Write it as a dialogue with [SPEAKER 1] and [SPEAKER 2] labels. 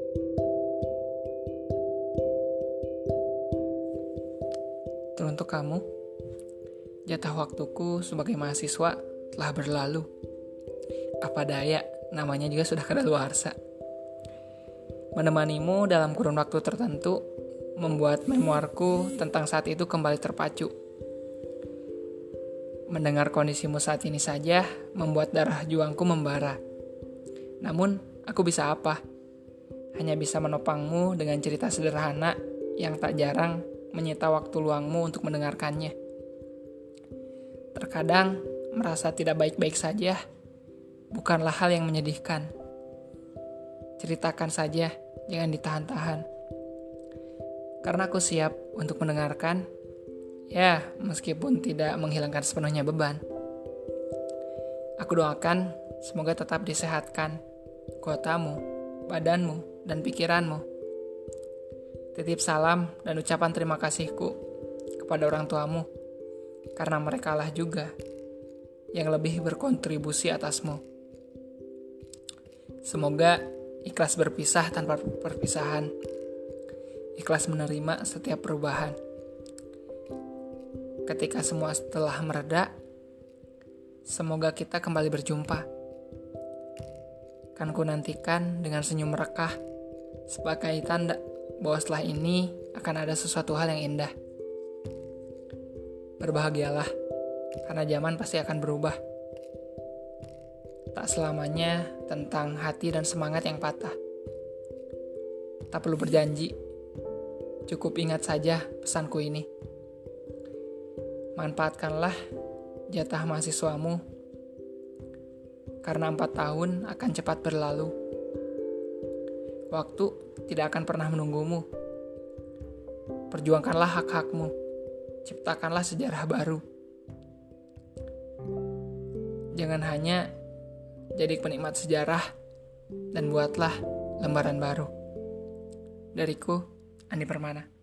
[SPEAKER 1] Teruntuk kamu, jatah waktuku sebagai mahasiswa telah berlalu. Apa daya, namanya juga sudah kadaluarsa. Menemanimu dalam kurun waktu tertentu membuat memoarku tentang saat itu kembali terpacu. Mendengar kondisimu saat ini saja membuat darah juangku membara. Namun, aku bisa apa? Hanya bisa menopangmu dengan cerita sederhana yang tak jarang menyita waktu luangmu untuk mendengarkannya. Terkadang merasa tidak baik-baik saja bukanlah hal yang menyedihkan. Ceritakan saja, jangan ditahan-tahan. Karena aku siap untuk mendengarkan, ya meskipun tidak menghilangkan sepenuhnya beban. Aku doakan semoga tetap disehatkan kotamu, badanmu, dan pikiranmu. Titip salam dan ucapan terima kasihku kepada orang tuamu, karena merekalah juga yang lebih berkontribusi atasmu. Semoga ikhlas berpisah tanpa perpisahan, ikhlas menerima setiap perubahan. Ketika semua telah mereda, semoga kita kembali berjumpa. Kan ku nantikan dengan senyum merekah sebagai tanda bahwa setelah ini akan ada sesuatu hal yang indah. Berbahagialah, karena zaman pasti akan berubah. Tak selamanya tentang hati dan semangat yang patah. Tak perlu berjanji, cukup ingat saja pesanku ini. Manfaatkanlah jatah mahasiswamu, karena 4 tahun akan cepat berlalu. Waktu tidak akan pernah menunggumu. Perjuangkanlah hak-hakmu. Ciptakanlah sejarah baru. Jangan hanya jadi penikmat sejarah dan buatlah lembaran baru. Dariku, Andi Permana.